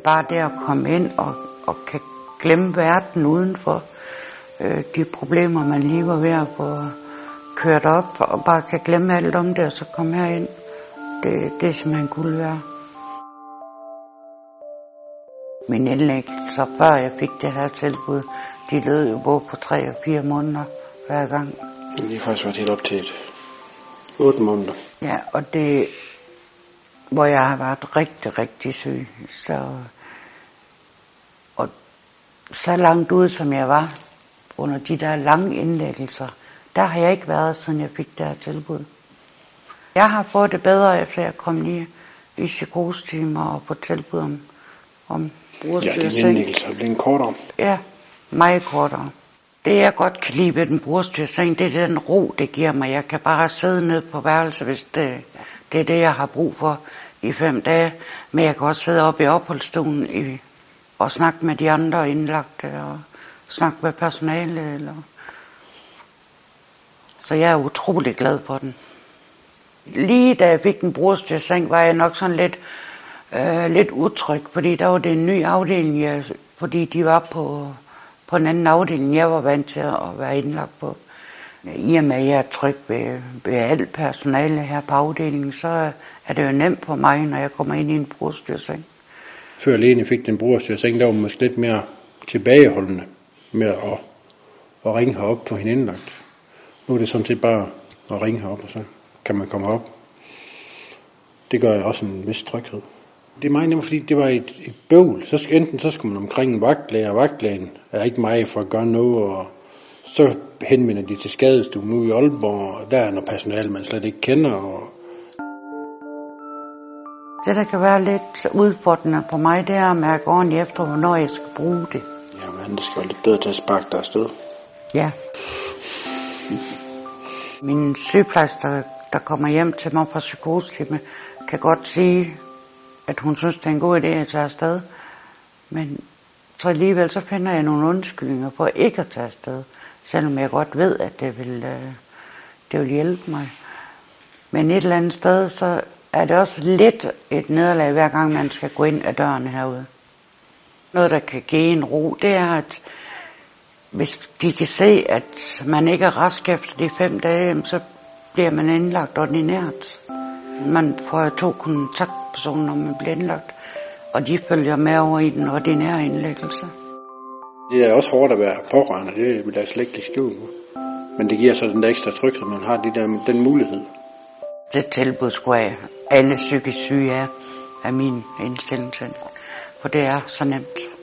bare det at komme ind og kan glemme verden udenfor de problemer, man lige var ved at få kørt op, og bare kan glemme alt om det, og så komme herind. Det er simpelthen guld værd. Mine indlæggelser, før jeg fik det her tilbud, de lød jo både på 3 og 4 måneder hver gang. Det har faktisk været helt op til 8 måneder. Ja, og det, hvor jeg har været rigtig, rigtig syg. Og så langt ude, som jeg var, under de der lange indlæggelser, der har jeg ikke været, siden jeg fik det her tilbud. Jeg har fået det bedre, efter jeg kom lige i psykosetimer og på tilbud om brugerstyret seng. Ja, din indlæggelse er blevet kortere. Ja, meget kortere. Det jeg godt kan lide ved den brugerstyrede seng, det er den ro, det giver mig. Jeg kan bare sidde ned på værelset, hvis det er det, jeg har brug for i 5 dage. Men jeg kan også sidde oppe i opholdsstolen og snakke med de andre indlagte og snakke med personale. Så jeg er utrolig glad for den. Lige da jeg fik den brugerstyrede seng, var jeg nok sådan lidt utryg, fordi der var det en ny afdeling, fordi de var på en anden afdeling, jeg var vant til at være indlagt på. I og med, at jeg er tryg ved alt personale her på afdelingen, så er det jo nemt for mig, når jeg kommer ind i en brugerstyret seng. Før Lene fik den brugerstyrede seng, der var måske lidt mere tilbageholdende med at ringe herop for hende indlagt. Nu er det sådan set bare at ringe herop, og så kan man komme op. Det gør også en vis tryghed. Det er meget nemt, fordi det var et bøvl. Så skulle man omkring en vagtlæge, og vagtlægen er ikke meget for at gøre noget, og så henvender de til skadestuen nu i Aalborg, og der er noget personale, man slet ikke kender. Det, der kan være lidt udfordrende for mig, det er at mærke ordentligt efter, hvornår jeg skal bruge det. Jamen, det skal være lidt bedre til at sparke dig afsted. Ja. Min sygeplejerske, der kommer hjem til mig fra psykosetime, kan godt sige, at hun synes, det er en god idé, at jeg tager afsted. Men så alligevel så finder jeg nogle undskyldninger for ikke at tage afsted, selvom jeg godt ved, at det vil hjælpe mig. Men et eller andet sted, så er det også lidt et nederlag, hver gang man skal gå ind ad dørene herude. Noget, der kan give en ro, det er, at hvis de kan se, at man ikke er rask efter de 5 dage, så bliver man indlagt ordinært. Man får 2 kontaktpersoner, når man bliver indlagt, og de følger med over i den ordinære indlæggelse. Det er også hårdt at være pårørende, det vil jeg slet ikke skjule. Men det giver så den der ekstra tryghed, man har den mulighed. Det tilbud skulle af alle psykisk syge er min indstilling til, for det er så nemt.